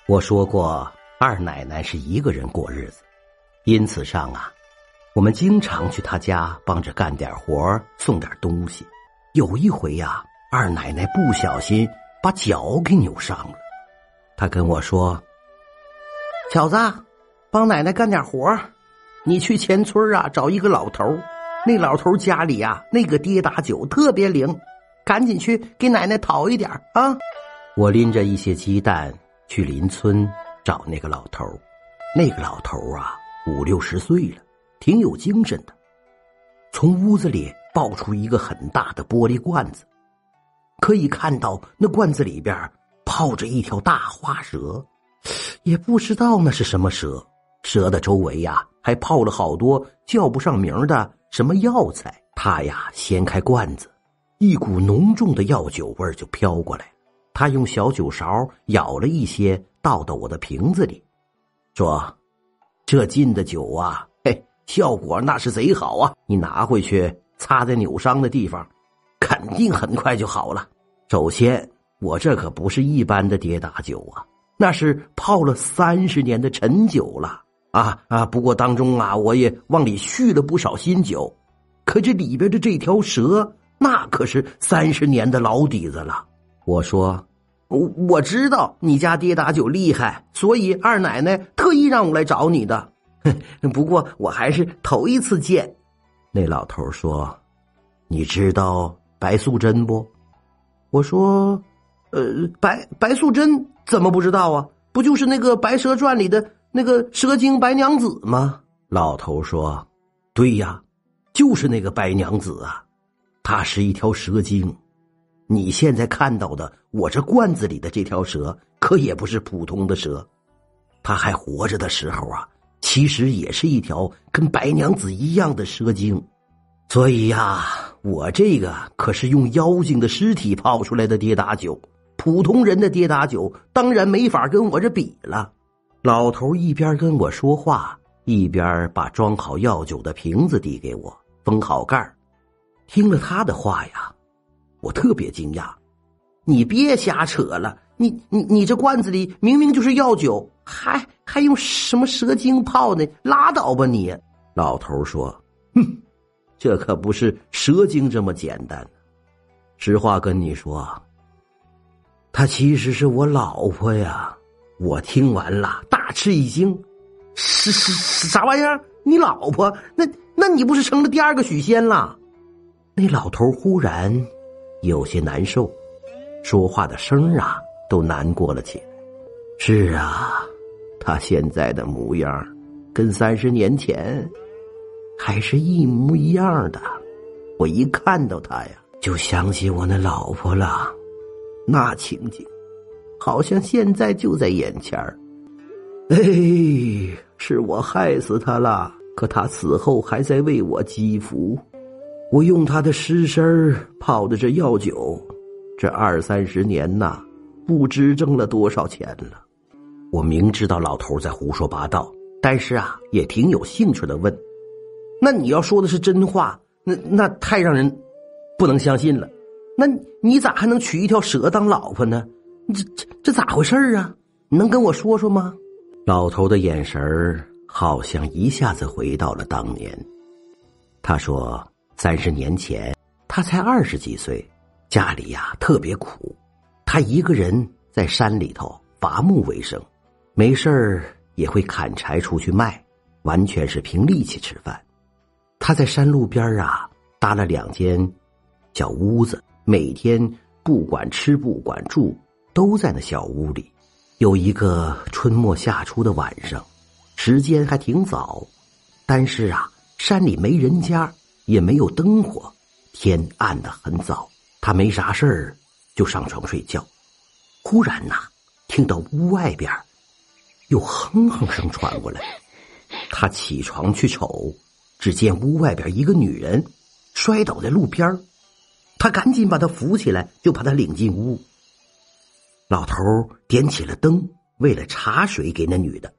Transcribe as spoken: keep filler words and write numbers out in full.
我说过，二奶奶是一个人过日子，因此上啊，我们经常去她家帮着干点活，送点东西。有一回呀、啊，二奶奶不小心把脚给扭伤了。她跟我说：“小子，帮奶奶干点活，你去前村啊找一个老头，那老头家里啊那个跌打酒特别灵，赶紧去给奶奶讨一点啊。”我拎着一些鸡蛋去邻村找那个老头。那个老头啊五六十岁了，挺有精神的。从屋子里抱出一个很大的玻璃罐子，可以看到那罐子里边泡着一条大花蛇，也不知道那是什么蛇。蛇的周围呀还泡了好多叫不上名的什么药材。他呀掀开罐子，一股浓重的药酒味就飘过来。他用小酒勺舀了一些倒到我的瓶子里，说：“这进的酒啊，嘿，效果那是贼好啊！你拿回去擦在扭伤的地方，肯定很快就好了。首先，我这可不是一般的跌打酒啊，那是泡了三十年的陈酒了啊啊！不过当中啊，我也往里续了不少新酒，可这里边的这条蛇，那可是三十年的老底子了。”我说：“我我知道你家跌打酒厉害，所以二奶奶特意让我来找你的。不过我还是头一次见。”那老头说：“你知道白素贞不？”我说：“呃，白白素贞怎么不知道啊？不就是那个《白蛇传》里的那个蛇精白娘子吗？”老头说：“对呀，就是那个白娘子啊，她是一条蛇精。你现在看到的我这罐子里的这条蛇可也不是普通的蛇，她还活着的时候啊，其实也是一条跟白娘子一样的蛇精。所以呀，我这个可是用妖精的尸体泡出来的跌打酒，普通人的跌打酒当然没法跟我这比了。”老头一边跟我说话，一边把装好药酒的瓶子递给我，封好盖。听了他的话呀，我特别惊讶。你别瞎扯了，你你你这罐子里明明就是药酒，还还用什么蛇精泡呢？拉倒吧你！老头说：“哼，这可不是蛇精这么简单。实话跟你说，她其实是我老婆呀。”我听完了大吃一惊：“是是是啥玩意儿？你老婆？那那你不是成了第二个许仙了？”那老头忽然有些难受，说话的声啊都难过了起来。是啊，他现在的模样跟三十年前还是一模一样的。我一看到他呀，就想起我那老婆了，那情景好像现在就在眼前儿。哎，是我害死他了，可他死后还在为我积福。我用他的尸身泡的这药酒，这二三十年呐，不知挣了多少钱了。我明知道老头在胡说八道，但是啊，也挺有兴趣的问：“那你要说的是真话，那那太让人不能相信了。那你咋还能娶一条蛇当老婆呢？这这这咋回事啊？你能跟我说说吗？”老头的眼神好像一下子回到了当年。他说：“三十年前，他才二十几岁，家里呀特别苦，他一个人在山里头伐木为生，没事儿也会砍柴出去卖，完全是凭力气吃饭。他在山路边啊搭了两间小屋子，每天不管吃不管住，都在那小屋里。有一个春末夏初的晚上，时间还挺早，但是啊，山里没人家，也没有灯火，天暗得很早。他没啥事儿，就上床睡觉。忽然呐、啊，听到屋外边有哼哼声传过来。他起床去瞅，只见屋外边一个女人摔倒在路边，他赶紧把她扶起来，就把她领进屋。老头点起了灯，喂了茶水给那女的。